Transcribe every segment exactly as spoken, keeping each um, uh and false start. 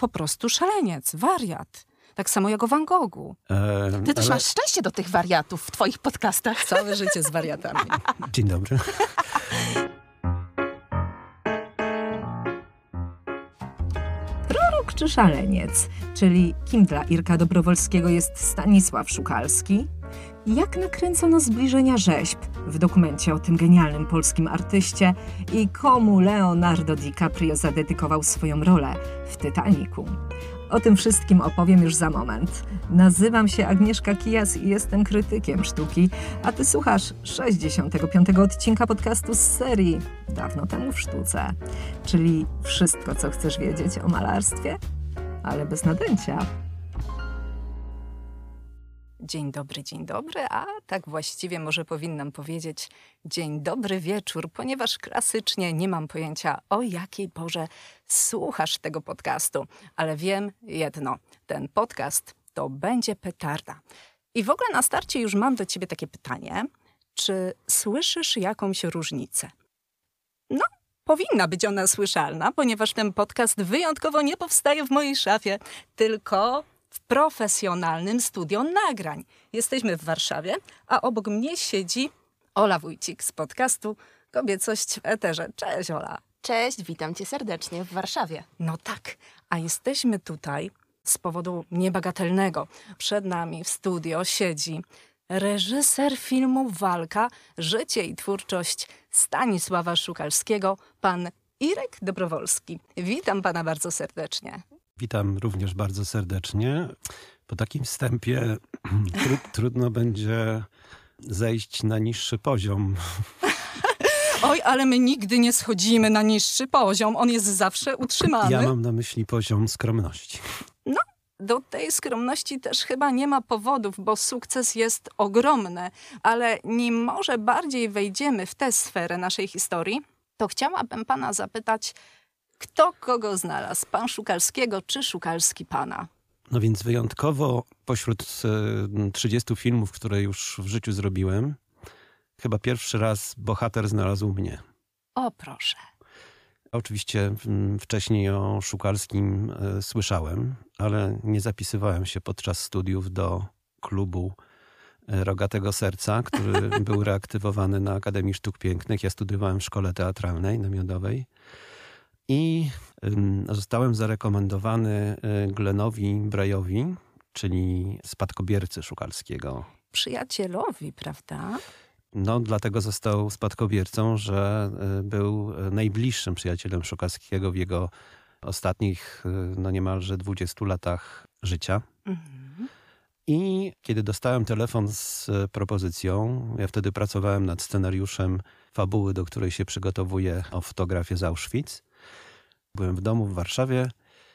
po prostu szaleniec, wariat. Tak samo jak o Van Goghu. E, Ty też ale... masz szczęście do tych wariatów w twoich podcastach. Całe życie z wariatami. Dzień dobry. Prorok czy szaleniec? Czyli kim dla Irka Dobrowolskiego jest Stanisław Szukalski? Jak nakręcono zbliżenia rzeźb w dokumencie o tym genialnym polskim artyście i komu Leonardo DiCaprio zadedykował swoją rolę w Titanicu? O tym wszystkim opowiem już za moment. Nazywam się Agnieszka Kijas i jestem krytykiem sztuki, a ty słuchasz sześćdziesiątego piątego odcinka podcastu z serii Dawno temu w sztuce, czyli wszystko, co chcesz wiedzieć o malarstwie, ale bez nadęcia. Dzień dobry, dzień dobry, a tak właściwie może powinnam powiedzieć dzień dobry wieczór, ponieważ klasycznie nie mam pojęcia, o jakiej porze słuchasz tego podcastu. Ale wiem jedno, ten podcast to będzie petarda. I w ogóle na starcie już mam do ciebie takie pytanie, czy słyszysz jakąś różnicę? No, powinna być ona słyszalna, ponieważ ten podcast wyjątkowo nie powstaje w mojej szafie, tylko w profesjonalnym studio nagrań. Jesteśmy w Warszawie, a obok mnie siedzi Ola Wójcik z podcastu Kobiecość w eterze. Cześć, Ola. Cześć, witam cię serdecznie w Warszawie. No tak, a jesteśmy tutaj z powodu niebagatelnego. Przed nami w studio siedzi reżyser filmu Walka, życie i twórczość Stanisława Szukalskiego, pan Irek Dobrowolski. Witam pana bardzo serdecznie. Witam również bardzo serdecznie. Po takim wstępie tru, trudno będzie zejść na niższy poziom. Oj, ale my nigdy nie schodzimy na niższy poziom. On jest zawsze utrzymany. Ja mam na myśli poziom skromności. No, do tej skromności też chyba nie ma powodów, bo sukces jest ogromny. Ale nim może bardziej wejdziemy w tę sferę naszej historii, to chciałabym pana zapytać, kto kogo znalazł? Pan Szukalskiego czy Szukalski pana? No więc wyjątkowo pośród trzydziestu filmów, które już w życiu zrobiłem, chyba pierwszy raz bohater znalazł mnie. O, proszę. Oczywiście wcześniej o Szukalskim y, słyszałem, ale nie zapisywałem się podczas studiów do klubu Rogatego Serca, który był reaktywowany na Akademii Sztuk Pięknych. Ja studiowałem w szkole teatralnej namiotowej. I y, zostałem zarekomendowany y, Glenowi Brayowi, czyli spadkobiercy Szukalskiego. Przyjacielowi, prawda? No, dlatego został spadkobiercą, że y, był najbliższym przyjacielem Szukalskiego w jego ostatnich, y, no niemalże dwudziestu latach życia. Mhm. I kiedy dostałem telefon z propozycją, ja wtedy pracowałem nad scenariuszem fabuły, do której się przygotowuję, o fotografię z Auschwitz. Byłem w domu w Warszawie,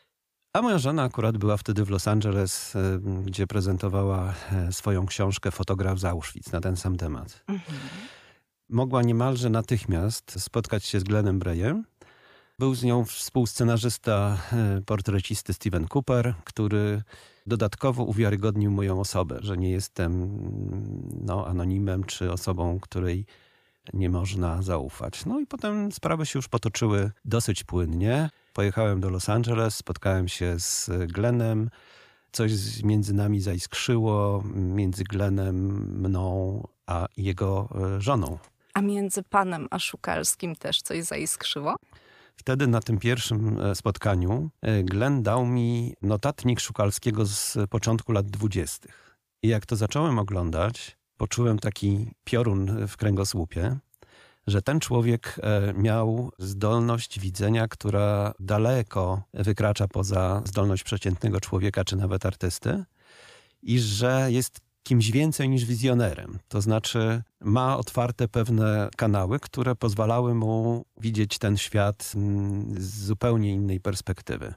a moja żona akurat była wtedy w Los Angeles, gdzie prezentowała swoją książkę Fotograf z Auschwitz na ten sam temat. Mhm. Mogła niemalże natychmiast spotkać się z Glenem Brayem. Był z nią współscenarzysta, portrecisty Steven Cooper, który dodatkowo uwiarygodnił moją osobę, że nie jestem no, anonimem czy osobą, której nie można zaufać. No i potem sprawy się już potoczyły dosyć płynnie. Pojechałem do Los Angeles, spotkałem się z Glenem. Coś między nami zaiskrzyło, między Glenem, mną, a jego żoną. A między panem a Szukalskim też coś zaiskrzyło? Wtedy na tym pierwszym spotkaniu Glen dał mi notatnik Szukalskiego z początku lat dwudziestych. I jak to zacząłem oglądać, poczułem taki piorun w kręgosłupie, że ten człowiek miał zdolność widzenia, która daleko wykracza poza zdolność przeciętnego człowieka czy nawet artysty i że jest kimś więcej niż wizjonerem. To znaczy ma otwarte pewne kanały, które pozwalały mu widzieć ten świat z zupełnie innej perspektywy.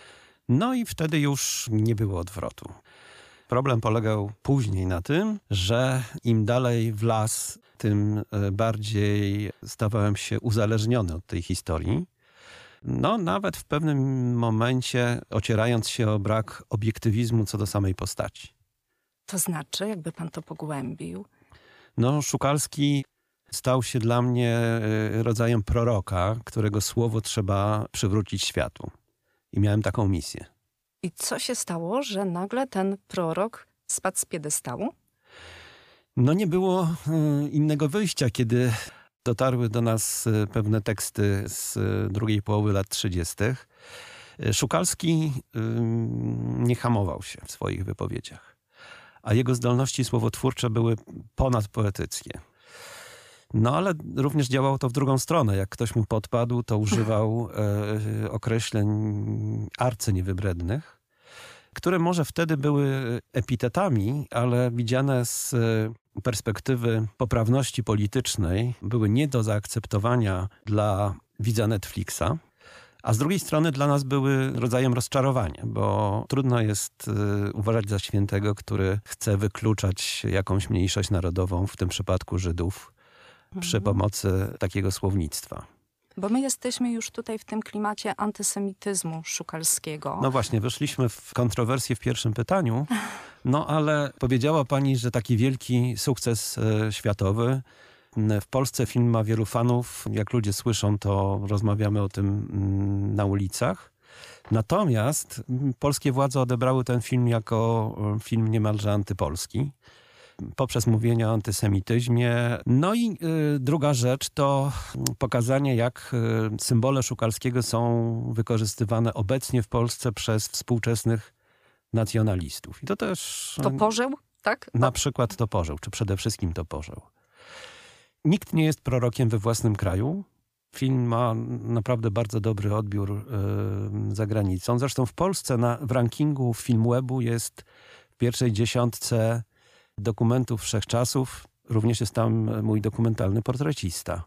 No i wtedy już nie było odwrotu. Problem polegał później na tym, że im dalej w las, tym bardziej stawałem się uzależniony od tej historii. No, nawet w pewnym momencie ocierając się o brak obiektywizmu co do samej postaci. To znaczy, jakby pan to pogłębił? No, Szukalski stał się dla mnie rodzajem proroka, którego słowo trzeba przywrócić światu. I miałem taką misję. I co się stało, że nagle ten prorok spadł z piedestału? No nie było y, innego wyjścia, kiedy dotarły do nas y, pewne teksty z y, drugiej połowy lat trzydziestych. Y, Szukalski y, nie hamował się w swoich wypowiedziach, a jego zdolności słowotwórcze były ponadpoetyckie. No ale również działało to w drugą stronę. Jak ktoś mu podpadł, to używał y, określeń arcyniewybrednych, które może wtedy były epitetami, ale widziane z perspektywy poprawności politycznej były nie do zaakceptowania dla widza Netflixa, a z drugiej strony dla nas były rodzajem rozczarowania, bo trudno jest uważać za świętego, który chce wykluczać jakąś mniejszość narodową, w tym przypadku Żydów, mhm. przy pomocy takiego słownictwa. Bo my jesteśmy już tutaj w tym klimacie antysemityzmu Szukalskiego. No właśnie, weszliśmy w kontrowersję w pierwszym pytaniu, no ale powiedziała pani, że taki wielki sukces e, światowy. W Polsce film ma wielu fanów. Jak ludzie słyszą, to rozmawiamy o tym mm, na ulicach. Natomiast mm, polskie władze odebrały ten film jako e, film niemalże antypolski, poprzez mówienie o antysemityzmie. No i y, druga rzecz to pokazanie, jak y, symbole Szukalskiego są wykorzystywane obecnie w Polsce przez współczesnych nacjonalistów. I to też... Toporzeł, tak? Na przykład Toporzeł, czy przede wszystkim Toporzeł. Nikt nie jest prorokiem we własnym kraju. Film ma naprawdę bardzo dobry odbiór y, za granicą. Zresztą w Polsce na, w rankingu Filmwebu jest w pierwszej dziesiątce dokumentów wszechczasów. Również jest tam mój dokumentalny portrecista.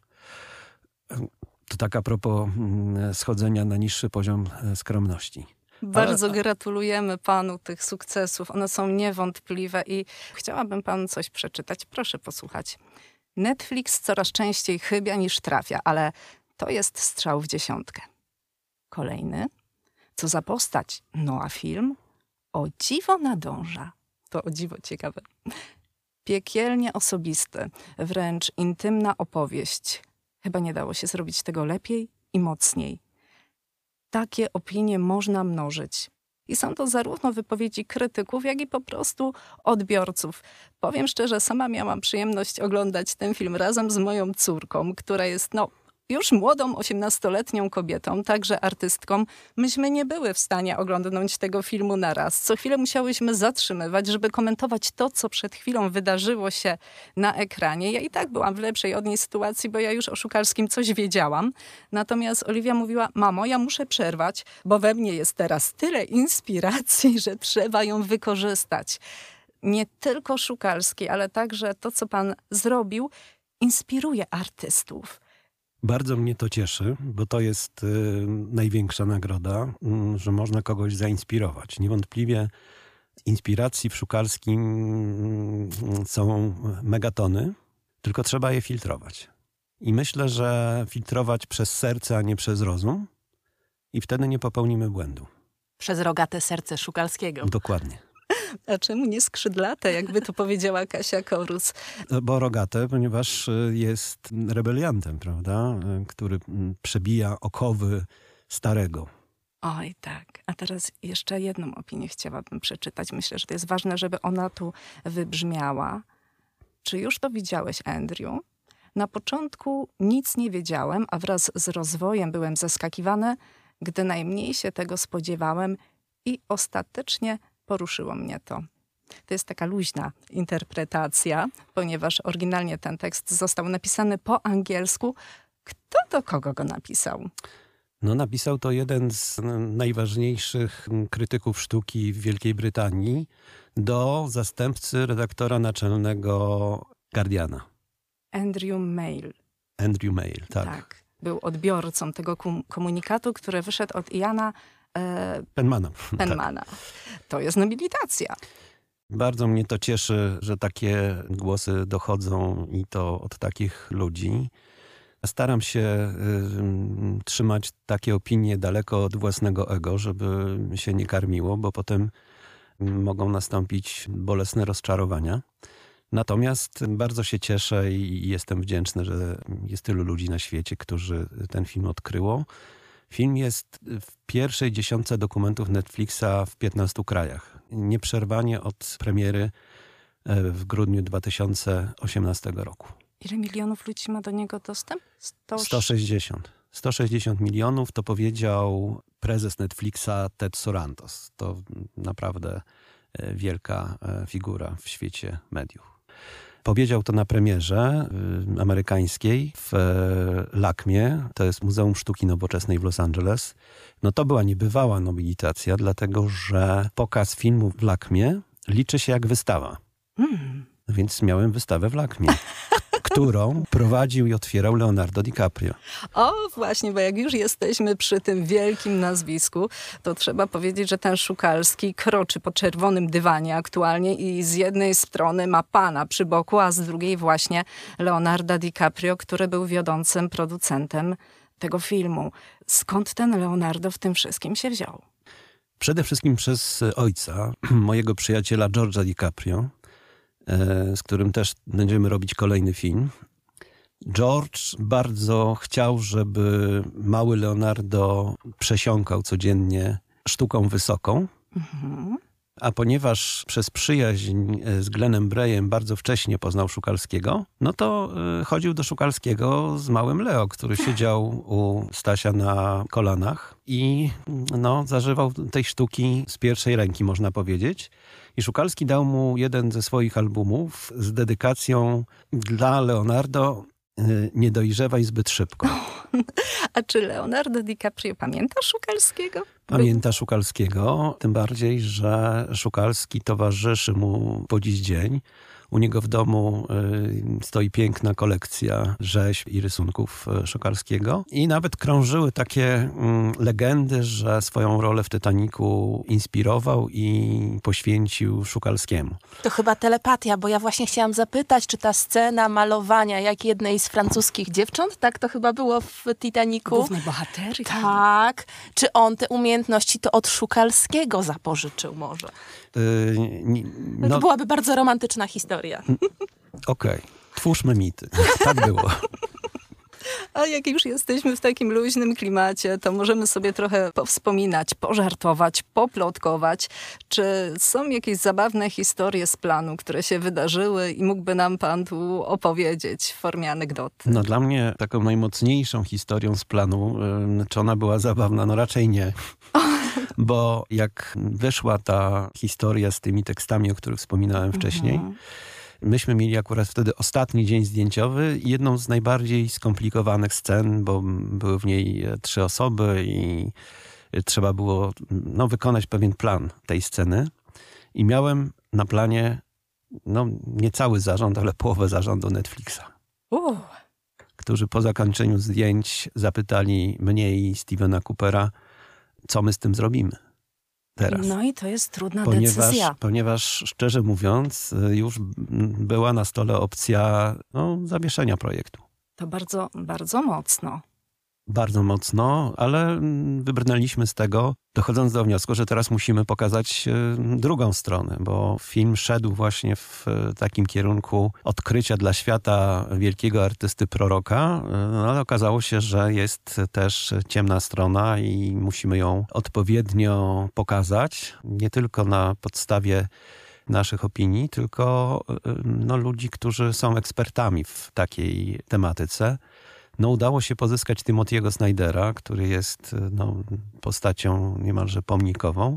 To tak a propos schodzenia na niższy poziom skromności. Bardzo Ale... gratulujemy panu tych sukcesów. One są niewątpliwe i chciałabym panu coś przeczytać. Proszę posłuchać. Netflix coraz częściej chybia niż trafia, ale to jest strzał w dziesiątkę. Kolejny. Co za postać? No a film? O dziwo nadąża. To o dziwo ciekawe. Piekielnie osobisty, wręcz intymna opowieść. Chyba nie dało się zrobić tego lepiej i mocniej. Takie opinie można mnożyć. I są to zarówno wypowiedzi krytyków, jak i po prostu odbiorców. Powiem szczerze, sama miałam przyjemność oglądać ten film razem z moją córką, która jest no już młodą, osiemnastoletnią kobietą, także artystką. Myśmy nie były w stanie oglądnąć tego filmu na raz. Co chwilę musiałyśmy zatrzymywać, żeby komentować to, co przed chwilą wydarzyło się na ekranie. Ja i tak byłam w lepszej od niej sytuacji, bo ja już o Szukalskim coś wiedziałam. Natomiast Oliwia mówiła, mamo, ja muszę przerwać, bo we mnie jest teraz tyle inspiracji, że trzeba ją wykorzystać. Nie tylko Szukalski, ale także to, co pan zrobił, inspiruje artystów. Bardzo mnie to cieszy, bo to jest y, największa nagroda, y, że można kogoś zainspirować. Niewątpliwie inspiracji w Szukalskim y, są megatony, tylko trzeba je filtrować. I myślę, że filtrować przez serce, a nie przez rozum i wtedy nie popełnimy błędu. Przez rogate serce Szukalskiego. Dokładnie. A czemu nie skrzydlate, jakby to powiedziała Kasia Korus? Bo rogate, ponieważ jest rebeliantem, prawda? Który przebija okowy starego. Oj, tak. A teraz jeszcze jedną opinię chciałabym przeczytać. Myślę, że to jest ważne, żeby ona tu wybrzmiała. Czy już to widziałeś, Andrew? Na początku nic nie wiedziałem, a wraz z rozwojem byłem zaskakiwany, gdy najmniej się tego spodziewałem i ostatecznie poruszyło mnie to. To jest taka luźna interpretacja, ponieważ oryginalnie ten tekst został napisany po angielsku. Kto do kogo go napisał? No, napisał to jeden z najważniejszych krytyków sztuki w Wielkiej Brytanii do zastępcy redaktora naczelnego Guardiana. Andrew Mail. Andrew Mail, tak. tak. Był odbiorcą tego komunikatu, który wyszedł od Iana e, Penmana. Penmana. Tak. To jest nobilitacja. Bardzo mnie to cieszy, że takie głosy dochodzą i to od takich ludzi. Staram się y, trzymać takie opinie daleko od własnego ego, żeby się nie karmiło, bo potem mogą nastąpić bolesne rozczarowania. Natomiast bardzo się cieszę i jestem wdzięczny, że jest tylu ludzi na świecie, którzy ten film odkryło. Film jest w pierwszej dziesiątce dokumentów Netflixa w piętnastu krajach. Nieprzerwanie od premiery w grudniu dwa tysiące osiemnastego roku. Ile milionów ludzi ma do niego dostęp? sto... sto sześćdziesiąt. sto sześćdziesiąt milionów to powiedział prezes Netflixa Ted Sarandos. To naprawdę wielka figura w świecie mediów. Powiedział to na premierze y, amerykańskiej w y, LACMie, to jest Muzeum Sztuki Nowoczesnej w Los Angeles. No to była niebywała nobilitacja, dlatego że pokaz filmu w LACMie liczy się jak wystawa. Hmm. Więc miałem wystawę w LACMie, którą prowadził i otwierał Leonardo DiCaprio. O, właśnie, bo jak już jesteśmy przy tym wielkim nazwisku, to trzeba powiedzieć, że ten Szukalski kroczy po czerwonym dywanie aktualnie i z jednej strony ma pana przy boku, a z drugiej właśnie Leonardo DiCaprio, który był wiodącym producentem tego filmu. Skąd ten Leonardo w tym wszystkim się wziął? Przede wszystkim przez ojca, mojego przyjaciela George'a DiCaprio, z którym też będziemy robić kolejny film. George bardzo chciał, żeby mały Leonardo przesiąkał codziennie sztuką wysoką, mhm. a ponieważ przez przyjaźń z Glennem Brayem bardzo wcześnie poznał Szukalskiego, no to chodził do Szukalskiego z małym Leo, który siedział u Stasia na kolanach i no, zażywał tej sztuki z pierwszej ręki, można powiedzieć. I Szukalski dał mu jeden ze swoich albumów z dedykacją dla Leonardo Nie dojrzewaj zbyt szybko. A czy Leonardo DiCaprio pamięta Szukalskiego? Pamięta Szukalskiego, tym bardziej, że Szukalski towarzyszy mu po dziś dzień. U niego w domu y, stoi piękna kolekcja rzeźb i rysunków y, Szukalskiego. I nawet krążyły takie y, legendy, że swoją rolę w Titanicu inspirował i poświęcił Szukalskiemu. To chyba telepatia, bo ja właśnie chciałam zapytać, czy ta scena malowania jak jednej z francuskich dziewcząt, tak to chyba było w Titanicu? Głównej bohaterii. Tak. Czy on te umiejętności to od Szukalskiego zapożyczył może? Yy, no, to byłaby bardzo romantyczna historia. Okej, okay. Twórzmy mity. Tak było. A jak już jesteśmy w takim luźnym klimacie, to możemy sobie trochę powspominać, pożartować, poplotkować. Czy są jakieś zabawne historie z planu, które się wydarzyły i mógłby nam pan tu opowiedzieć w formie anegdoty? No dla mnie taką najmocniejszą historią z planu, czy ona była zabawna? No raczej nie. Bo jak wyszła ta historia z tymi tekstami, o których wspominałem wcześniej, mhm. myśmy mieli akurat wtedy ostatni dzień zdjęciowy i jedną z najbardziej skomplikowanych scen, bo były w niej trzy osoby i trzeba było no, wykonać pewien plan tej sceny. I miałem na planie no, nie cały zarząd, ale połowę zarządu Netflixa. Uh. Którzy po zakończeniu zdjęć zapytali mnie i Stevena Coopera, co my z tym zrobimy teraz. No i to jest trudna ponieważ, decyzja. Ponieważ, szczerze mówiąc, już była na stole opcja no, zawieszenia projektu. To bardzo, bardzo mocno. Bardzo mocno, ale wybrnęliśmy z tego, dochodząc do wniosku, że teraz musimy pokazać drugą stronę, bo film szedł właśnie w takim kierunku odkrycia dla świata wielkiego artysty proroka, no, ale okazało się, że jest też ciemna strona i musimy ją odpowiednio pokazać, nie tylko na podstawie naszych opinii, tylko no, ludzi, którzy są ekspertami w takiej tematyce. No, udało się pozyskać Timothy'ego Snydera, który jest no, postacią niemalże pomnikową.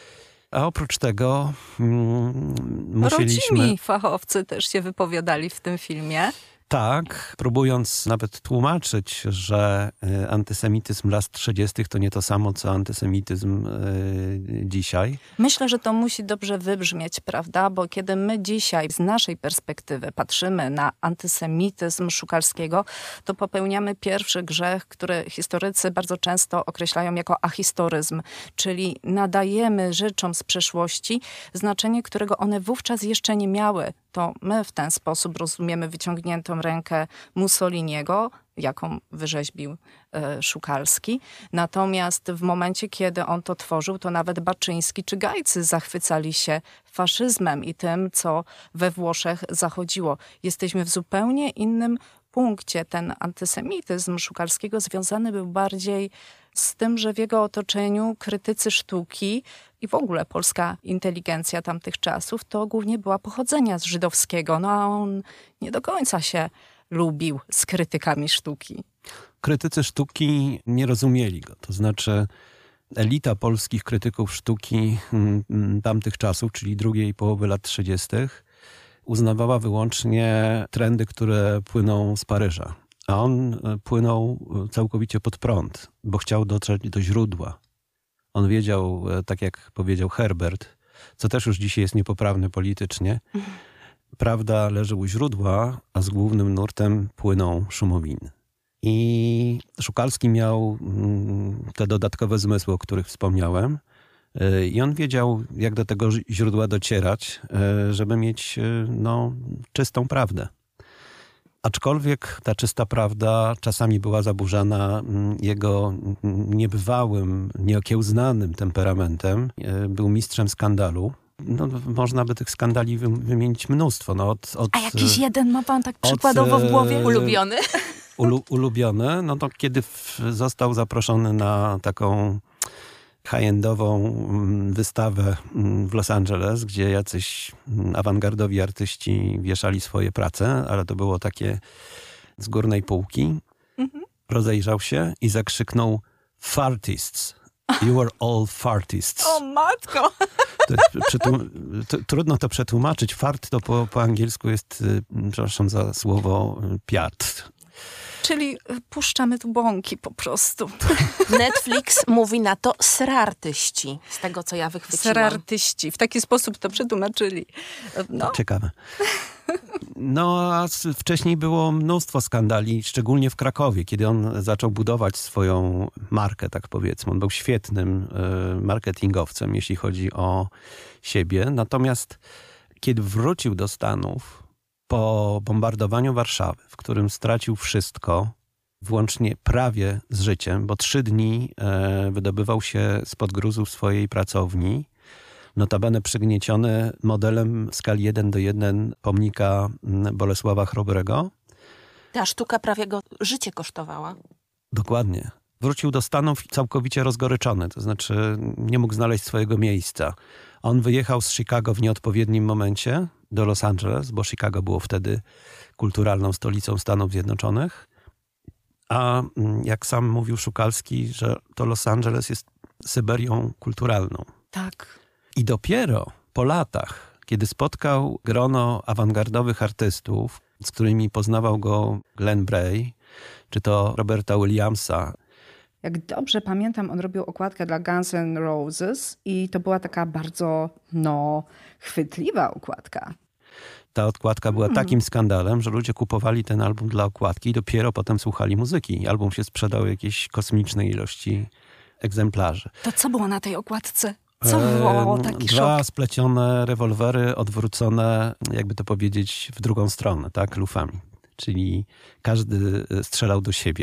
A oprócz tego mm, musieliśmy... Rodzimi fachowcy też się wypowiadali w tym filmie. Tak, próbując nawet tłumaczyć, że antysemityzm lat trzydziestych to nie to samo, co antysemityzm yy, dzisiaj. Myślę, że to musi dobrze wybrzmieć, prawda? Bo kiedy my dzisiaj z naszej perspektywy patrzymy na antysemityzm Szukalskiego, to popełniamy pierwszy grzech, który historycy bardzo często określają jako ahistoryzm, czyli nadajemy rzeczom z przeszłości znaczenie, którego one wówczas jeszcze nie miały. To my w ten sposób rozumiemy wyciągniętą rękę Mussoliniego, jaką wyrzeźbił e, Szukalski. Natomiast w momencie, kiedy on to tworzył, to nawet Baczyński czy Gajcy zachwycali się faszyzmem i tym, co we Włoszech zachodziło. Jesteśmy w zupełnie innym punkcie. Ten antysemityzm Szukalskiego związany był bardziej z tym, że w jego otoczeniu krytycy sztuki i w ogóle polska inteligencja tamtych czasów to głównie była pochodzenia z żydowskiego. No a on nie do końca się lubił z krytykami sztuki. Krytycy sztuki nie rozumieli go. To znaczy elita polskich krytyków sztuki tamtych czasów, czyli drugiej połowy lat trzydziestych, uznawała wyłącznie trendy, które płyną z Paryża. A on płynął całkowicie pod prąd, bo chciał dotrzeć do źródła. On wiedział, tak jak powiedział Herbert, co też już dzisiaj jest niepoprawne politycznie, prawda leży u źródła, a z głównym nurtem płyną szumowiny. I Szukalski miał te dodatkowe zmysły, o których wspomniałem. I on wiedział, jak do tego źródła docierać, żeby mieć no, czystą prawdę. Aczkolwiek ta czysta prawda czasami była zaburzana jego niebywałym, nieokiełznanym temperamentem. Był mistrzem skandalu. No, można by tych skandali wymienić mnóstwo. No, od, od, A jakiś jeden ma pan tak przykładowo od, w głowie? Ulubiony? Ulu, ulubiony. No to kiedy w, został zaproszony na taką high-endową wystawę w Los Angeles, gdzie jacyś awangardowi artyści wieszali swoje prace, ale to było takie z górnej półki. Mhm. Rozejrzał się i zakrzyknął fartists. You are all fartists. O matko! To jest, to, trudno to przetłumaczyć. Fart to po, po angielsku jest, przepraszam za słowo, piat. Czyli puszczamy tu bąki po prostu. Netflix mówi na to srartyści, z tego co ja wychwyciłam. Srartyści. W taki sposób to przetłumaczyli. No. Ciekawe. No a wcześniej było mnóstwo skandali, szczególnie w Krakowie, kiedy on zaczął budować swoją markę, tak powiedzmy. On był świetnym marketingowcem, jeśli chodzi o siebie. Natomiast kiedy wrócił do Stanów po bombardowaniu Warszawy, w którym stracił wszystko, włącznie prawie z życiem, bo trzy dni wydobywał się spod gruzów swojej pracowni, notabene przygnieciony modelem w skali jeden do jeden pomnika Bolesława Chrobrego. Ta sztuka prawie go życie kosztowała. Dokładnie. Wrócił do Stanów całkowicie rozgoryczony, to znaczy nie mógł znaleźć swojego miejsca. On wyjechał z Chicago w nieodpowiednim momencie do Los Angeles, bo Chicago było wtedy kulturalną stolicą Stanów Zjednoczonych. A jak sam mówił Szukalski, że to Los Angeles jest Syberią kulturalną. Tak. I dopiero po latach, kiedy spotkał grono awangardowych artystów, z którymi poznawał go Glenn Bray, czy to Roberta Williamsa. Jak dobrze pamiętam, on robił okładkę dla Guns N' Roses i to była taka bardzo, no, chwytliwa okładka. Ta okładka była hmm. takim skandalem, że ludzie kupowali ten album dla okładki i dopiero potem słuchali muzyki. Album się sprzedał jakiejś kosmicznej ilości egzemplarzy. To co było na tej okładce? Co wywołało taki Dwa szok? Dwa splecione rewolwery odwrócone, jakby to powiedzieć, w drugą stronę, tak, lufami. Czyli każdy strzelał do siebie.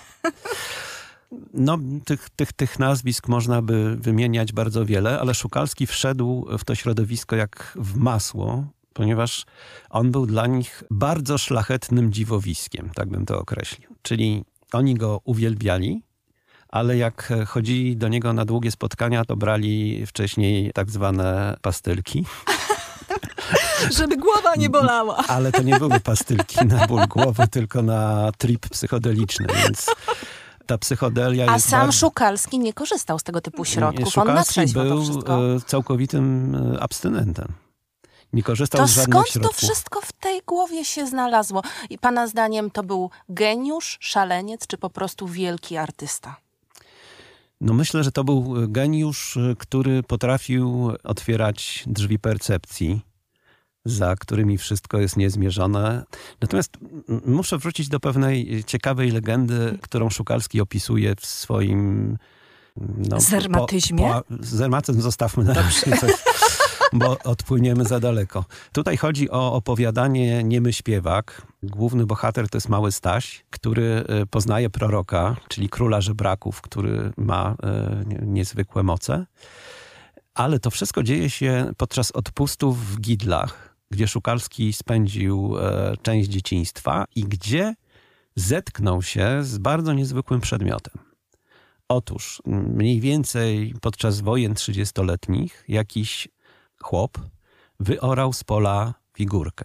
No, tych, tych, tych nazwisk można by wymieniać bardzo wiele, ale Szukalski wszedł w to środowisko jak w masło, ponieważ on był dla nich bardzo szlachetnym dziwowiskiem, tak bym to określił. Czyli oni go uwielbiali, ale jak chodzili do niego na długie spotkania, to brali wcześniej tak zwane pastylki. Żeby głowa nie bolała. Ale to nie były pastylki na ból głowy, tylko na trip psychodeliczny, więc ta psychodelia A jest sam bardzo... Szukalski nie korzystał z tego typu środków. Szukalski On na trzeźwo był to wszystko. całkowitym abstynentem. Nie korzystał To z żadnych skąd środków. to wszystko w tej głowie się znalazło? I pana zdaniem to był geniusz, szaleniec, czy po prostu wielki artysta? No myślę, że to był geniusz, który potrafił otwierać drzwi percepcji, za którymi wszystko jest niezmierzone. Natomiast muszę wrócić do pewnej ciekawej legendy, którą Szukalski opisuje w swoim... No, Zermatyzmie? Po, po, zermatyzm zostawmy na razie, bo odpłyniemy za daleko. Tutaj chodzi o opowiadanie Niemy śpiewak. Główny bohater to jest mały Staś, który poznaje proroka, czyli króla żebraków, który ma e, niezwykłe moce. Ale to wszystko dzieje się podczas odpustów w Gidlach, gdzie Szukalski spędził e, część dzieciństwa i gdzie zetknął się z bardzo niezwykłym przedmiotem. Otóż mniej więcej podczas wojen trzydziestoletnich jakiś chłop wyorał z pola figurkę,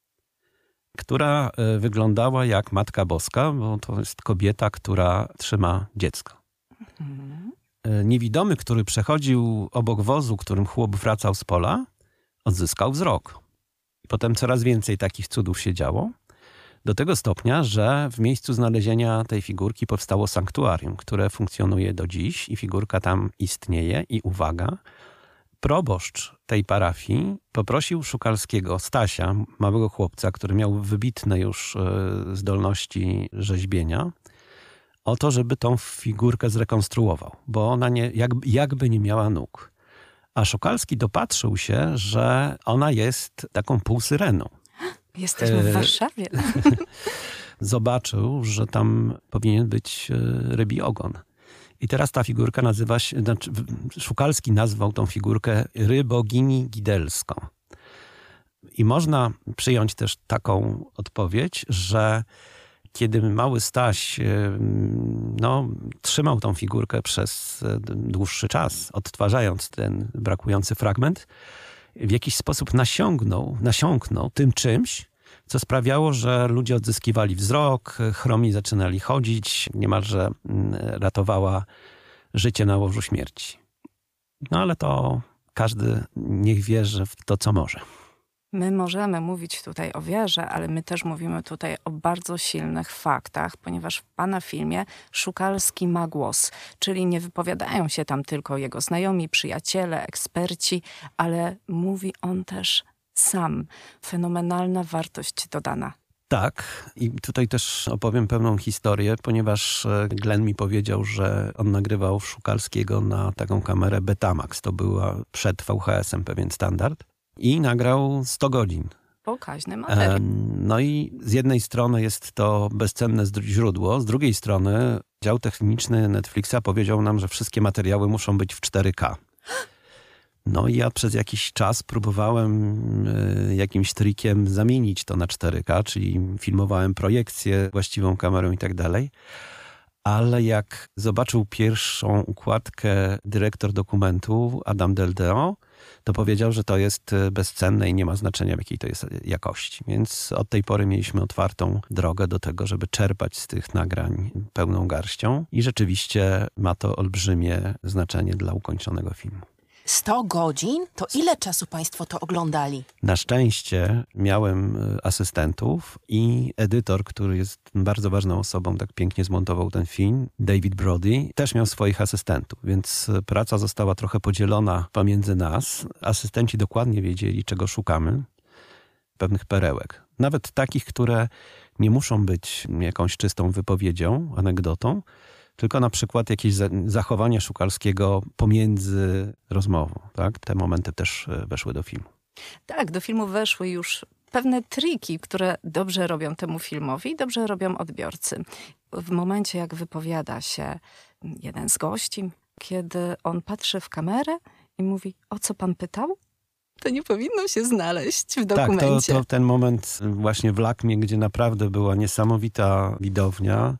która wyglądała jak Matka Boska, bo to jest kobieta, która trzyma dziecko. Mhm. Niewidomy, który przechodził obok wozu, którym chłop wracał z pola, odzyskał wzrok. I potem coraz więcej takich cudów się działo. Do tego stopnia, że w miejscu znalezienia tej figurki powstało sanktuarium, które funkcjonuje do dziś i figurka tam istnieje. I uwaga, proboszcz tej parafii poprosił Szukalskiego, Stasia, małego chłopca, który miał wybitne już zdolności rzeźbienia, o to, żeby tą figurkę zrekonstruował, bo ona nie, jakby, jakby nie miała nóg. A Szukalski dopatrzył się, że ona jest taką półsyreną. Jesteśmy w Warszawie. Zobaczył, że tam powinien być rybi ogon. I teraz ta figurka nazywa się, znaczy Szukalski nazwał tą figurkę Rybogini Gidelską. I można przyjąć też taką odpowiedź, że kiedy mały Staś no, trzymał tą figurkę przez dłuższy czas, odtwarzając ten brakujący fragment, w jakiś sposób nasiągnął, nasiąknął tym czymś, co sprawiało, że ludzie odzyskiwali wzrok, chromi zaczynali chodzić, niemalże ratowała życie na łożu śmierci. No ale to każdy niech wierzy w to, co może. My możemy mówić tutaj o wierze, ale my też mówimy tutaj o bardzo silnych faktach, ponieważ w pana filmie Szukalski ma głos, czyli nie wypowiadają się tam tylko jego znajomi, przyjaciele, eksperci, ale mówi on też sam. Fenomenalna wartość dodana. Tak, i tutaj też opowiem pewną historię, ponieważ Glenn mi powiedział, że on nagrywał Szukalskiego na taką kamerę Betamax. To była przed V H S em pewien standard. I nagrał sto godzin. Pokaźny materiał. No i z jednej strony jest to bezcenne źródło, z drugiej strony dział techniczny Netflixa powiedział nam, że wszystkie materiały muszą być w cztery K. No i ja przez jakiś czas próbowałem jakimś trikiem zamienić to na cztery K, czyli filmowałem projekcję właściwą kamerą i tak dalej. Ale jak zobaczył pierwszą układkę dyrektor dokumentu Adam Deldeo, to powiedział, że to jest bezcenne i nie ma znaczenia, w jakiej to jest jakości. Więc od tej pory mieliśmy otwartą drogę do tego, żeby czerpać z tych nagrań pełną garścią i rzeczywiście ma to olbrzymie znaczenie dla ukończonego filmu. sto godzin? To ile czasu państwo to oglądali? Na szczęście miałem asystentów i edytor, który jest bardzo ważną osobą, tak pięknie zmontował ten film, David Brody, też miał swoich asystentów, więc praca została trochę podzielona pomiędzy nas. Asystenci dokładnie wiedzieli, czego szukamy, pewnych perełek. Nawet takich, które nie muszą być jakąś czystą wypowiedzią, anegdotą, tylko na przykład jakieś zachowanie Szukalskiego pomiędzy rozmową. Tak? Te momenty też weszły do filmu. Tak, do filmu weszły już pewne triki, które dobrze robią temu filmowi i dobrze robią odbiorcy. W momencie, jak wypowiada się jeden z gości, kiedy on patrzy w kamerę i mówi, o co pan pytał? To nie powinno się znaleźć w dokumencie. Tak, to, to ten moment właśnie w Lakmie, gdzie naprawdę była niesamowita widownia.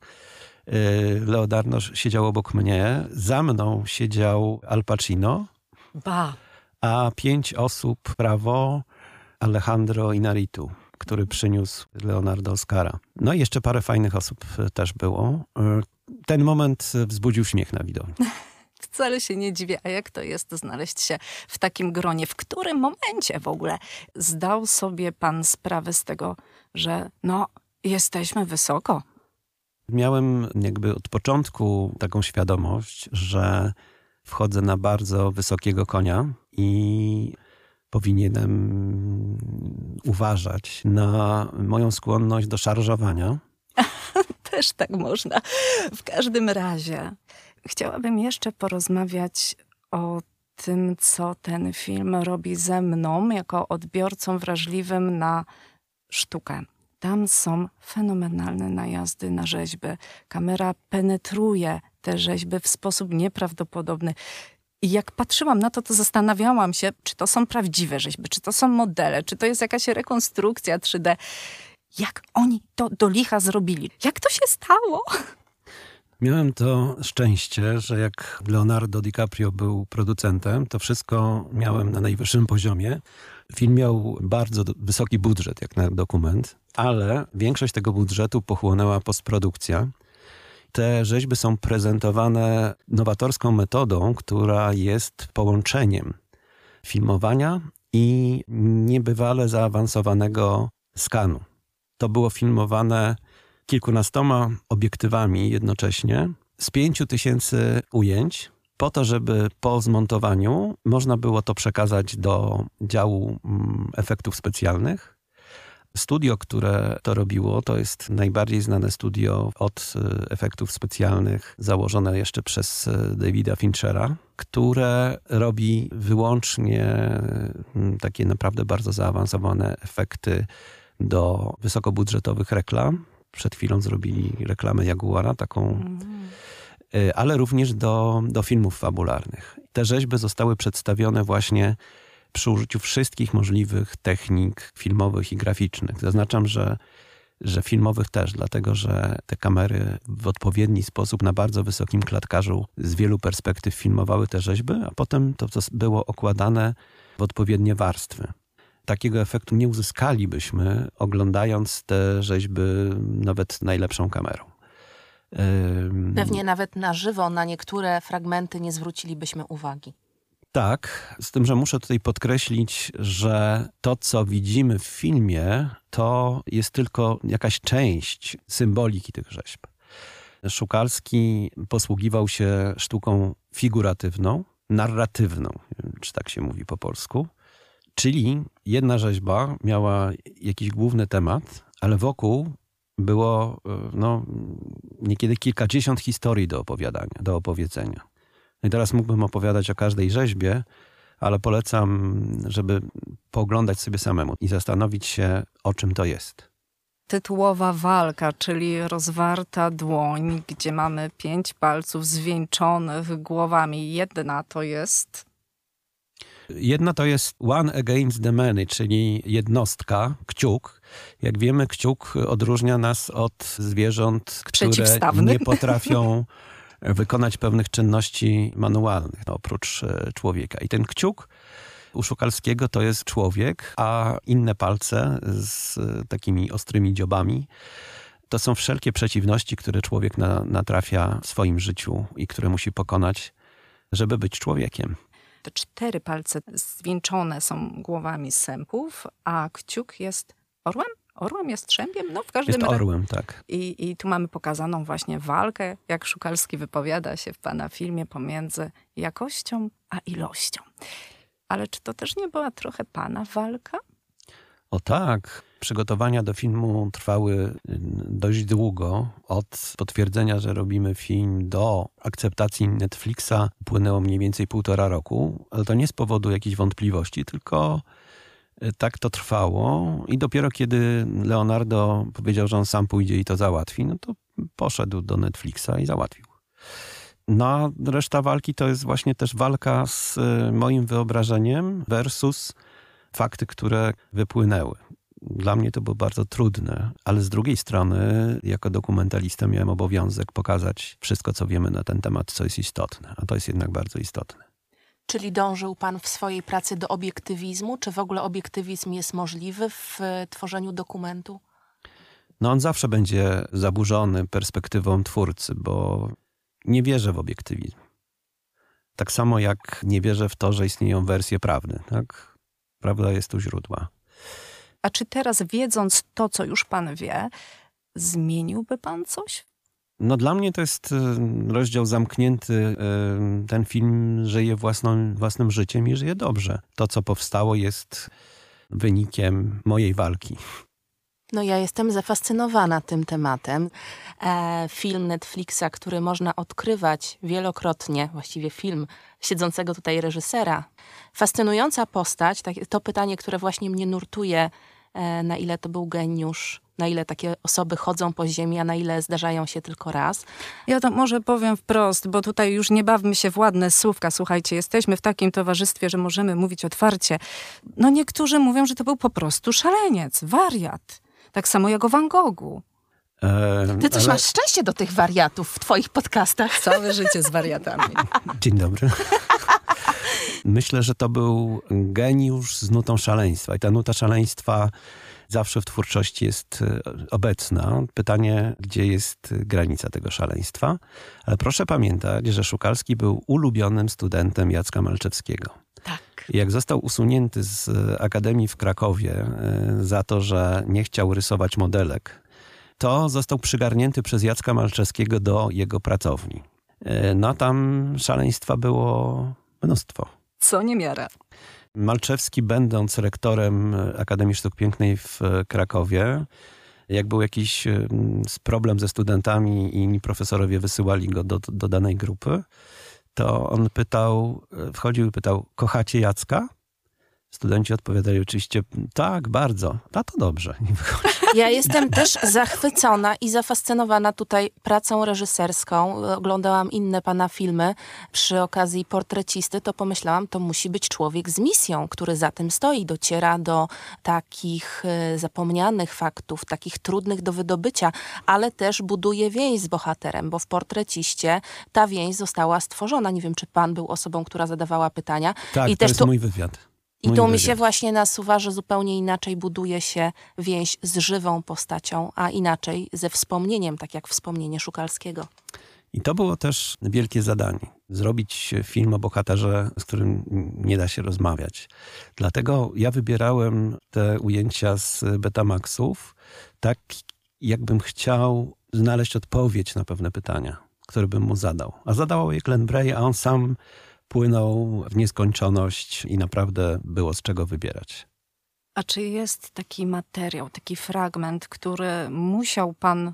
Leonardo siedział obok mnie, za mną siedział Al Pacino, ba. a pięć osób w prawo Alejandro Inarritu, który przyniósł Leonardo Oscara. No i jeszcze parę fajnych osób też było. Ten moment wzbudził śmiech na widowni. Wcale się nie dziwię, a jak to jest znaleźć się w takim gronie? W którym momencie w ogóle zdał sobie pan sprawę z tego, że no, jesteśmy wysoko? Miałem jakby od początku taką świadomość, że wchodzę na bardzo wysokiego konia i powinienem uważać na moją skłonność do szarżowania. Też tak można. W każdym razie chciałabym jeszcze porozmawiać o tym, co ten film robi ze mną, jako odbiorcą wrażliwym na sztukę. Tam są fenomenalne najazdy na rzeźby. Kamera penetruje te rzeźby w sposób nieprawdopodobny. I jak patrzyłam na to, to zastanawiałam się, czy to są prawdziwe rzeźby, czy to są modele, czy to jest jakaś rekonstrukcja trzy D. Jak oni to do licha zrobili? Jak to się stało? Miałem to szczęście, że jak Leonardo DiCaprio był producentem, to wszystko miałem na najwyższym poziomie. Film miał bardzo wysoki budżet, jak na dokument, ale większość tego budżetu pochłonęła postprodukcja. Te rzeźby są prezentowane nowatorską metodą, która jest połączeniem filmowania i niebywale zaawansowanego skanu. To było filmowane kilkunastoma obiektywami jednocześnie z pięciu tysięcy ujęć, po to, żeby po zmontowaniu można było to przekazać do działu efektów specjalnych. Studio, które to robiło, to jest najbardziej znane studio od efektów specjalnych, założone jeszcze przez Davida Finchera, które robi wyłącznie takie naprawdę bardzo zaawansowane efekty do wysokobudżetowych reklam. Przed chwilą zrobili reklamę Jaguara, taką, mm. ale również do, do filmów fabularnych. Te rzeźby zostały przedstawione właśnie przy użyciu wszystkich możliwych technik filmowych i graficznych. Zaznaczam, że, że filmowych też, dlatego że te kamery w odpowiedni sposób na bardzo wysokim klatkarzu z wielu perspektyw filmowały te rzeźby, a potem to, to było okładane w odpowiednie warstwy. Takiego efektu nie uzyskalibyśmy, oglądając te rzeźby nawet najlepszą kamerą. Pewnie nawet na żywo na niektóre fragmenty nie zwrócilibyśmy uwagi. Tak, z tym, że muszę tutaj podkreślić, że to, co widzimy w filmie, to jest tylko jakaś część symboliki tych rzeźb. Szukalski posługiwał się sztuką figuratywną, narratywną, czy tak się mówi po polsku. Czyli jedna rzeźba miała jakiś główny temat, ale wokół było no, niekiedy kilkadziesiąt historii do opowiadania, do opowiedzenia. No i teraz mógłbym opowiadać o każdej rzeźbie, ale polecam, żeby pooglądać sobie samemu i zastanowić się, o czym to jest. Tytułowa walka, czyli rozwarta dłoń, gdzie mamy pięć palców zwieńczonych głowami. Jedna to jest... Jedna to jest one against the many, czyli jednostka, kciuk. Jak wiemy, kciuk odróżnia nas od zwierząt, które nie potrafią wykonać pewnych czynności manualnych, no, oprócz człowieka. I ten kciuk u Szukalskiego to jest człowiek, a inne palce z takimi ostrymi dziobami to są wszelkie przeciwności, które człowiek na, natrafia w swoim życiu i które musi pokonać, żeby być człowiekiem. Te cztery palce zwieńczone są głowami sępów, a kciuk jest orłem? Orłem jest trzębiem? No w każdym razie. Jest orłem, tak. I, I tu mamy pokazaną właśnie walkę, jak Szukalski wypowiada się w pana filmie, pomiędzy jakością a ilością. Ale czy to też nie była trochę pana walka? O tak. Przygotowania do filmu trwały dość długo. Od potwierdzenia, że robimy film, do akceptacji Netflixa płynęło mniej więcej półtora roku. Ale to nie z powodu jakichś wątpliwości, tylko tak to trwało. I dopiero kiedy Leonardo powiedział, że on sam pójdzie i to załatwi, no to poszedł do Netflixa i załatwił. No a reszta walki to jest właśnie też walka z moim wyobrażeniem versus fakty, które wypłynęły. Dla mnie to było bardzo trudne, ale z drugiej strony jako dokumentalista miałem obowiązek pokazać wszystko, co wiemy na ten temat, co jest istotne. A to jest jednak bardzo istotne. Czyli dążył pan w swojej pracy do obiektywizmu? Czy w ogóle obiektywizm jest możliwy w tworzeniu dokumentu? No on zawsze będzie zaburzony perspektywą twórcy, bo nie wierzę w obiektywizm. Tak samo jak nie wierzę w to, że istnieją wersje prawdy. Tak? Prawda jest u źródła. A czy teraz, wiedząc to, co już pan wie, zmieniłby pan coś? No dla mnie to jest rozdział zamknięty. Ten film żyje własną, własnym życiem i żyje dobrze. To, co powstało, jest wynikiem mojej walki. No ja jestem zafascynowana tym tematem. E, film Netflixa, który można odkrywać wielokrotnie, właściwie film siedzącego tutaj reżysera. Fascynująca postać, tak, to pytanie, które właśnie mnie nurtuje, e, na ile to był geniusz, na ile takie osoby chodzą po ziemi, a na ile zdarzają się tylko raz. Ja to może powiem wprost, bo tutaj już nie bawmy się w ładne słówka. Słuchajcie, jesteśmy w takim towarzystwie, że możemy mówić otwarcie. No niektórzy mówią, że to był po prostu szaleniec, wariat. Tak samo jak o Van Goghu. E, Ty też ale... masz szczęście do tych wariatów w twoich podcastach. Całe życie z wariatami. Dzień dobry. Myślę, że to był geniusz z nutą szaleństwa. I ta nuta szaleństwa zawsze w twórczości jest obecna. Pytanie, gdzie jest granica tego szaleństwa. Ale proszę pamiętać, że Szukalski był ulubionym studentem Jacka Malczewskiego. Tak. Jak został usunięty z Akademii w Krakowie za to, że nie chciał rysować modelek, to został przygarnięty przez Jacka Malczewskiego do jego pracowni. No tam szaleństwa było mnóstwo. Co niemiara. Malczewski, będąc rektorem Akademii Sztuk Pięknej w Krakowie, jak był jakiś problem ze studentami i inni profesorowie wysyłali go do, do danej grupy, to on pytał, wchodził i pytał, kochacie Jacka? Studenci odpowiadali oczywiście, tak, bardzo. A to dobrze. Ja jestem też zachwycona i zafascynowana tutaj pracą reżyserską. Oglądałam inne pana filmy przy okazji Portrecisty, to pomyślałam, to musi być człowiek z misją, który za tym stoi. Dociera do takich zapomnianych faktów, takich trudnych do wydobycia, ale też buduje więź z bohaterem, bo w Portreciście ta więź została stworzona. Nie wiem, czy pan był osobą, która zadawała pytania. Tak, I to też jest tu... mój wywiad. I Mój tu mi wywiad. się właśnie nasuwa, że zupełnie inaczej buduje się więź z żywą postacią, a inaczej ze wspomnieniem, tak jak wspomnienie Szukalskiego. I to było też wielkie zadanie. Zrobić film o bohaterze, z którym nie da się rozmawiać. Dlatego ja wybierałem te ujęcia z Betamaxów tak, jakbym chciał znaleźć odpowiedź na pewne pytania, które bym mu zadał. A zadawał je Glenn Bray, a on sam płynął w nieskończoność i naprawdę było z czego wybierać. A czy jest taki materiał, taki fragment, który musiał pan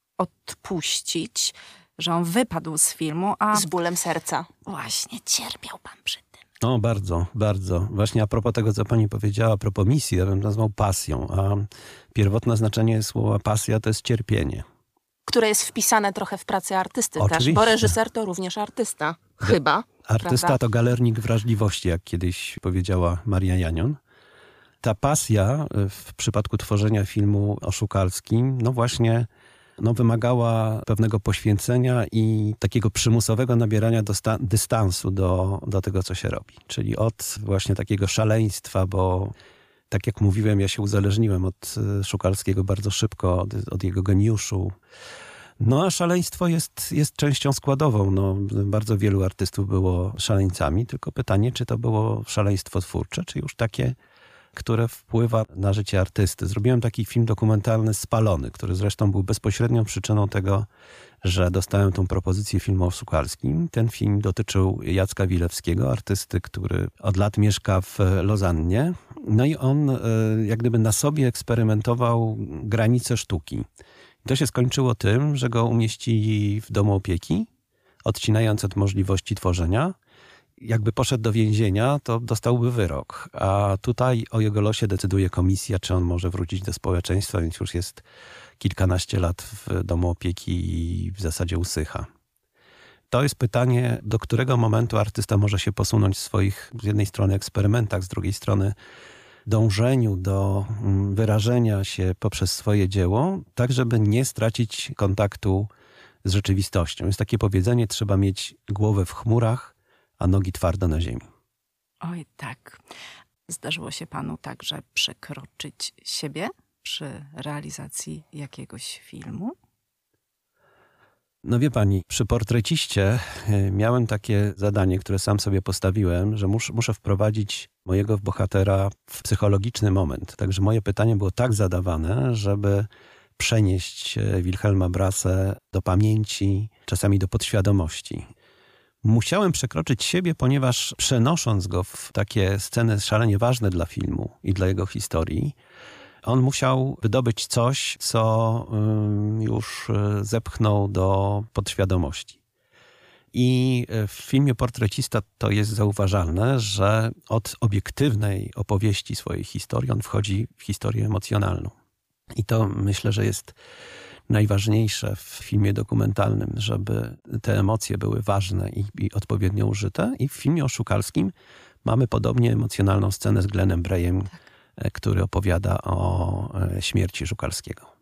odpuścić, że on wypadł z filmu, a Z bólem serca. właśnie cierpiał pan przy tym? No bardzo, bardzo. Właśnie a propos tego, co pani powiedziała, a propos misji, ja bym nazwał pasją, a pierwotne znaczenie słowa pasja to jest cierpienie. Które jest wpisane trochę w pracę artysty Oczywiście. też, bo reżyser to również artysta. Chyba. Artysta prawda? to galernik wrażliwości, jak kiedyś powiedziała Maria Janion. Ta pasja w przypadku tworzenia filmu o Szukalskim, no właśnie no wymagała pewnego poświęcenia i takiego przymusowego nabierania dosta- dystansu do, do tego, co się robi. Czyli od właśnie takiego szaleństwa, bo tak jak mówiłem, ja się uzależniłem od Szukalskiego bardzo szybko, od, od jego geniuszu. No a szaleństwo jest, jest częścią składową. No, bardzo wielu artystów było szaleńcami, tylko pytanie, czy to było szaleństwo twórcze, czy już takie, które wpływa na życie artysty. Zrobiłem taki film dokumentalny Spalony, który zresztą był bezpośrednią przyczyną tego, że dostałem tą propozycję filmu o Szukalskim. Ten film dotyczył Jacka Wilewskiego, artysty, który od lat mieszka w Lozannie. No i on jak gdyby na sobie eksperymentował granice sztuki. To się skończyło tym, że go umieścili w domu opieki, odcinając od możliwości tworzenia. Jakby poszedł do więzienia, to dostałby wyrok. A tutaj o jego losie decyduje komisja, czy on może wrócić do społeczeństwa, więc już jest kilkanaście lat w domu opieki i w zasadzie usycha. To jest pytanie, do którego momentu artysta może się posunąć w swoich, z jednej strony eksperymentach, z drugiej strony dążeniu do wyrażenia się poprzez swoje dzieło, tak żeby nie stracić kontaktu z rzeczywistością. Jest takie powiedzenie, trzeba mieć głowę w chmurach, a nogi twardo na ziemi. Oj, tak. Zdarzyło się panu także przekroczyć siebie przy realizacji jakiegoś filmu? No wie pani, przy Portreciście miałem takie zadanie, które sam sobie postawiłem, że mus, muszę wprowadzić mojego bohatera w psychologiczny moment. Także moje pytanie było tak zadawane, żeby przenieść Wilhelma Brassę do pamięci, czasami do podświadomości. Musiałem przekroczyć siebie, ponieważ przenosząc go w takie sceny szalenie ważne dla filmu i dla jego historii, on musiał wydobyć coś, co już zepchnął do podświadomości. I w filmie Portrecista to jest zauważalne, że od obiektywnej opowieści swojej historii on wchodzi w historię emocjonalną. I to myślę, że jest najważniejsze w filmie dokumentalnym, żeby te emocje były ważne i, i odpowiednio użyte. I w filmie o Szukalskim mamy podobnie emocjonalną scenę z Glennem Brayem, tak, który opowiada o śmierci Szukalskiego.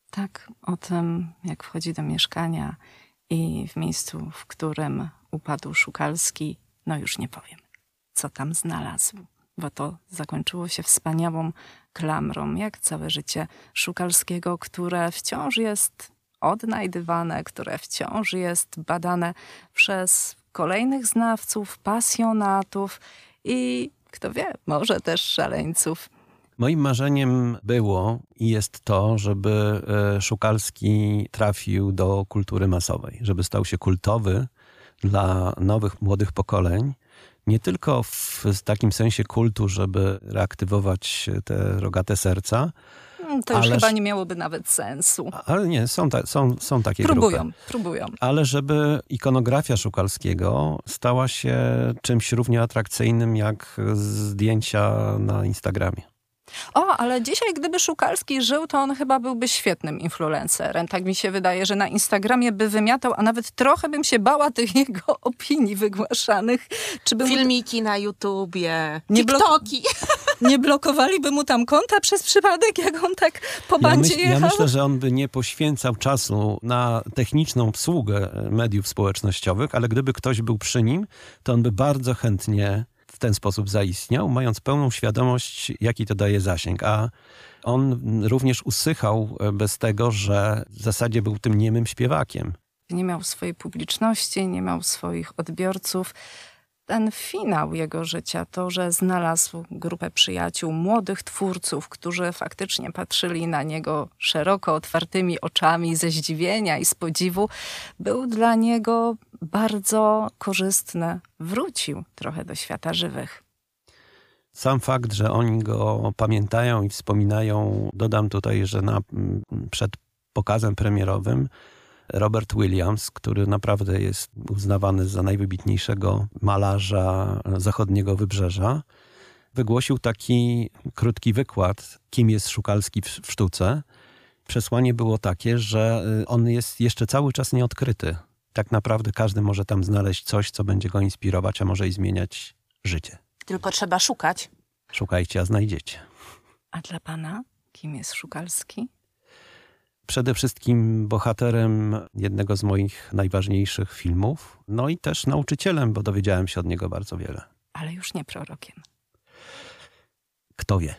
Tak, o tym, jak wchodzi do mieszkania i w miejscu, w którym upadł Szukalski, no już nie powiem, co tam znalazł, bo to zakończyło się wspaniałą klamrą, jak całe życie Szukalskiego, które wciąż jest odnajdywane, które wciąż jest badane przez kolejnych znawców, pasjonatów i kto wie, może też szaleńców. Moim marzeniem było i jest to, żeby Szukalski trafił do kultury masowej, żeby stał się kultowy dla nowych, młodych pokoleń. Nie tylko w takim sensie kultu, żeby reaktywować te rogate serca. To już ależ, chyba nie miałoby nawet sensu. Ale nie, są, ta, są, są takie próbują, grupy. Próbują, Ale żeby ikonografia Szukalskiego stała się czymś równie atrakcyjnym jak zdjęcia na Instagramie. O, ale dzisiaj gdyby Szukalski żył, to on chyba byłby świetnym influencerem. Tak mi się wydaje, że na Instagramie by wymiatał, a nawet trochę bym się bała tych jego opinii wygłaszanych. Czy by Filmiki mu... na YouTubie, nie TikToki. Blok... Nie blokowaliby mu tam konta przez przypadek, jak on tak po bandzie ja myśl, jechał? Ja myślę, że on by nie poświęcał czasu na techniczną obsługę mediów społecznościowych, ale gdyby ktoś był przy nim, to on by bardzo chętnie w ten sposób zaistniał, mając pełną świadomość, jaki to daje zasięg. A on również usychał bez tego, że w zasadzie był tym niemym śpiewakiem. Nie miał swojej publiczności, nie miał swoich odbiorców. Ten finał jego życia, to, że znalazł grupę przyjaciół, młodych twórców, którzy faktycznie patrzyli na niego szeroko otwartymi oczami ze zdziwienia i z podziwu, był dla niego bardzo korzystny. Wrócił trochę do świata żywych. Sam fakt, że oni go pamiętają i wspominają, dodam tutaj, że na, przed pokazem premierowym Robert Williams, który naprawdę jest uznawany za najwybitniejszego malarza zachodniego wybrzeża, wygłosił taki krótki wykład, kim jest Szukalski w, w sztuce. Przesłanie było takie, że on jest jeszcze cały czas nieodkryty. Tak naprawdę każdy może tam znaleźć coś, co będzie go inspirować, a może i zmieniać życie. Tylko trzeba szukać. Szukajcie, a znajdziecie. A dla pana kim jest Szukalski? Przede wszystkim bohaterem jednego z moich najważniejszych filmów, no i też nauczycielem, bo dowiedziałem się od niego bardzo wiele. Ale już nie prorokiem. Kto wie?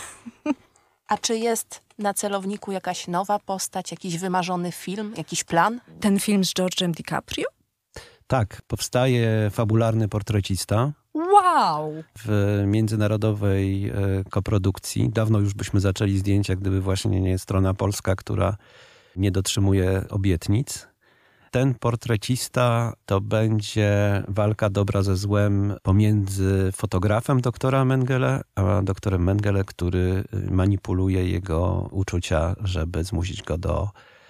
A czy jest na celowniku jakaś nowa postać, jakiś wymarzony film, jakiś plan? Ten film z George'em DiCaprio? Tak, powstaje fabularny portrecista. Wow! W międzynarodowej e, koprodukcji. Dawno już byśmy zaczęli zdjęcia, gdyby właśnie nie strona polska, która nie dotrzymuje obietnic. Ten portrecista to będzie walka dobra ze złem pomiędzy fotografem doktora Mengele, a doktorem Mengele, który manipuluje jego uczucia, żeby zmusić go do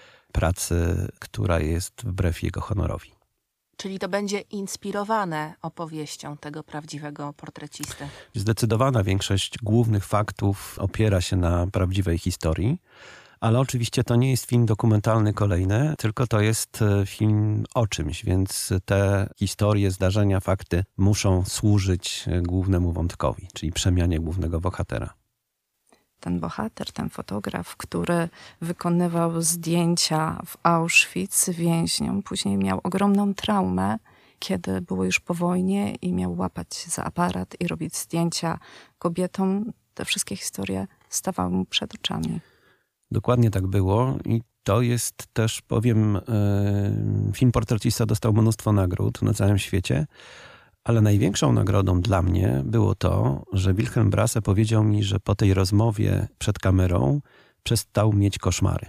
pracy, która jest wbrew jego honorowi. Czyli to będzie inspirowane opowieścią tego prawdziwego portrecisty. Zdecydowana większość głównych faktów opiera się na prawdziwej historii, ale oczywiście to nie jest film dokumentalny kolejny, tylko to jest film o czymś, więc te historie, zdarzenia, fakty muszą służyć głównemu wątkowi, czyli przemianie głównego bohatera. Ten bohater, ten fotograf, który wykonywał zdjęcia w Auschwitz więźniom, później miał ogromną traumę, kiedy było już po wojnie i miał łapać za aparat i robić zdjęcia kobietom. Te wszystkie historie stawały mu przed oczami. Dokładnie tak było i to jest też, powiem, film Portrecista dostał mnóstwo nagród na całym świecie, ale największą nagrodą dla mnie było to, że Wilhelm Brasse powiedział mi, że po tej rozmowie przed kamerą przestał mieć koszmary.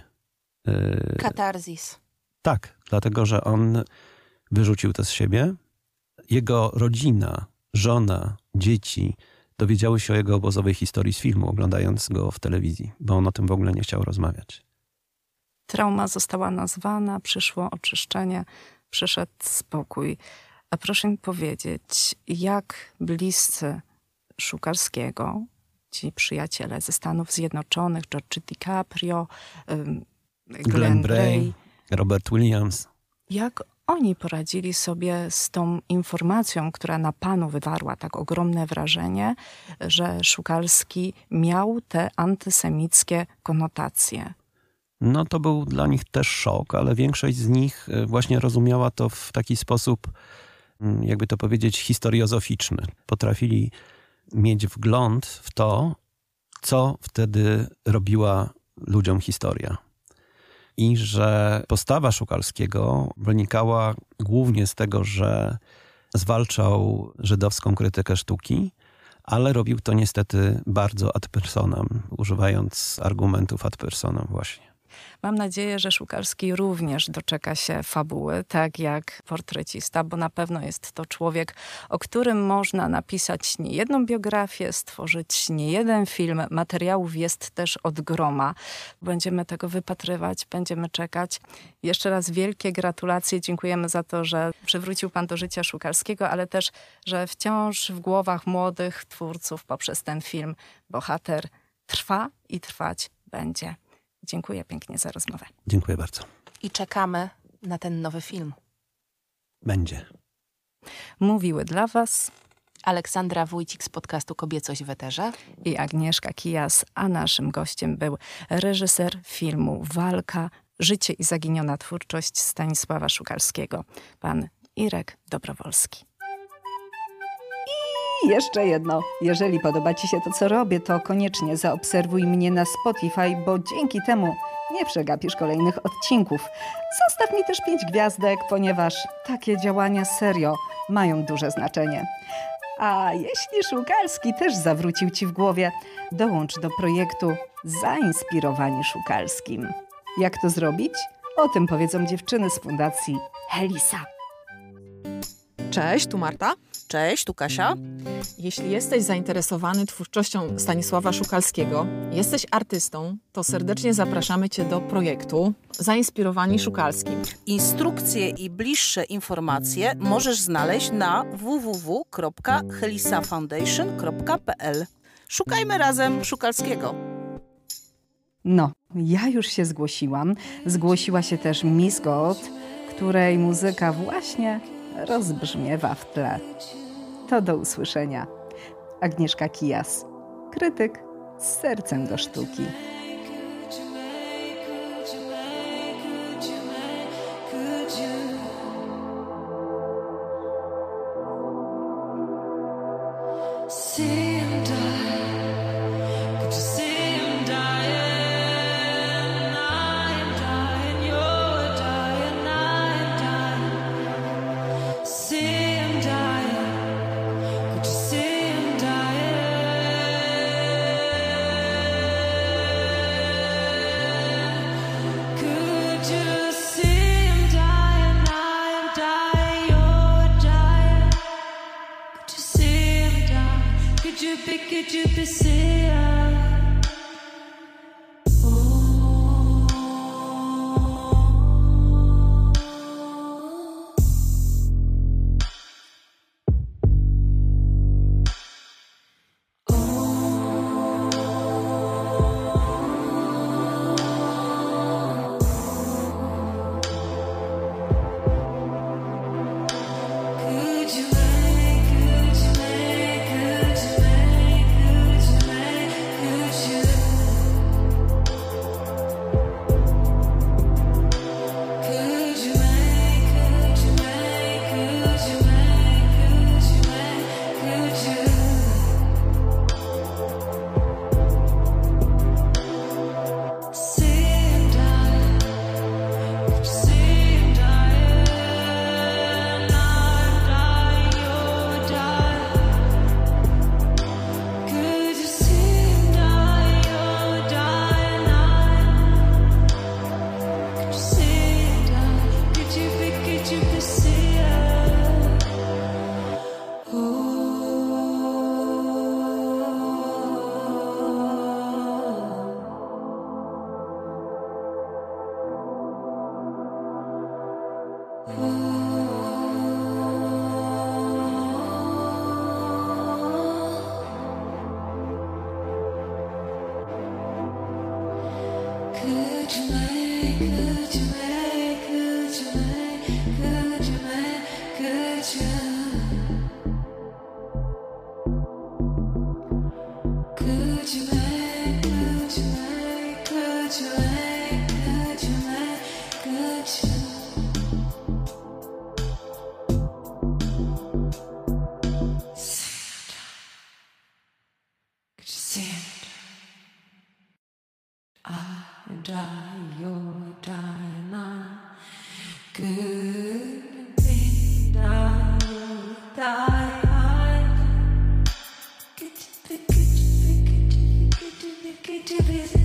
Katarzis. Tak, dlatego że on wyrzucił to z siebie. Jego rodzina, żona, dzieci dowiedziały się o jego obozowej historii z filmu, oglądając go w telewizji, bo on o tym w ogóle nie chciał rozmawiać. Trauma została nazwana, przyszło oczyszczenie, przyszedł spokój. A proszę mi powiedzieć, jak bliscy Szukalskiego, ci przyjaciele ze Stanów Zjednoczonych, George DiCaprio, Glenn, Glenn Bray, Bray, Robert Williams, jak oni poradzili sobie z tą informacją, która na panu wywarła tak ogromne wrażenie, że Szukalski miał te antysemickie konotacje? no to był dla nich też szok, ale większość z nich właśnie rozumiała to w taki sposób, jakby to powiedzieć, historiozoficzny. Potrafili mieć wgląd w to, co wtedy robiła ludziom historia. I że postawa Szukalskiego wynikała głównie z tego, że zwalczał żydowską krytykę sztuki, ale robił to niestety bardzo ad personam, używając argumentów ad personam właśnie. Mam nadzieję, że Szukalski również doczeka się fabuły, tak jak portrecista, bo na pewno jest to człowiek, o którym można napisać niejedną biografię, stworzyć niejeden film. Materiałów jest też od groma. Będziemy tego wypatrywać, będziemy czekać. Jeszcze raz wielkie gratulacje. Dziękujemy za to, że przywrócił pan do życia Szukalskiego, ale też, że wciąż w głowach młodych twórców poprzez ten film bohater trwa i trwać będzie. Dziękuję pięknie za rozmowę. Dziękuję bardzo. I czekamy na ten nowy film. Będzie. Mówiły dla was Aleksandra Wójcik z podcastu Kobiecość w Eterze i Agnieszka Kijas, a naszym gościem był reżyser filmu Walka, życie i zaginiona twórczość Stanisława Szukalskiego, pan Irek Dobrowolski. I jeszcze jedno. Jeżeli podoba ci się to, co robię, to koniecznie zaobserwuj mnie na Spotify, bo dzięki temu nie przegapisz kolejnych odcinków. Zostaw mi też pięć gwiazdek, ponieważ takie działania serio mają duże znaczenie. A jeśli Szukalski też zawrócił ci w głowie, dołącz do projektu Zainspirowani Szukalskim. Jak to zrobić? O tym powiedzą dziewczyny z Fundacji Helisa. Cześć, tu Marta. Cześć, tu Kasia. Jeśli jesteś zainteresowany twórczością Stanisława Szukalskiego, jesteś artystą, to serdecznie zapraszamy Cię do projektu Zainspirowani Szukalskim. Instrukcje i bliższe informacje możesz znaleźć na w w w kropka helisa foundation kropka p l. Szukajmy razem Szukalskiego. No, ja już się zgłosiłam. Zgłosiła się też Miss God, której muzyka właśnie rozbrzmiewa w tle. To do usłyszenia. Agnieszka Kijas, krytyk z sercem do sztuki. Could you make, could you make, could you make Sit. I die, you die, I could be die, die. I get to be, get to be, get to be, get to be, get to be.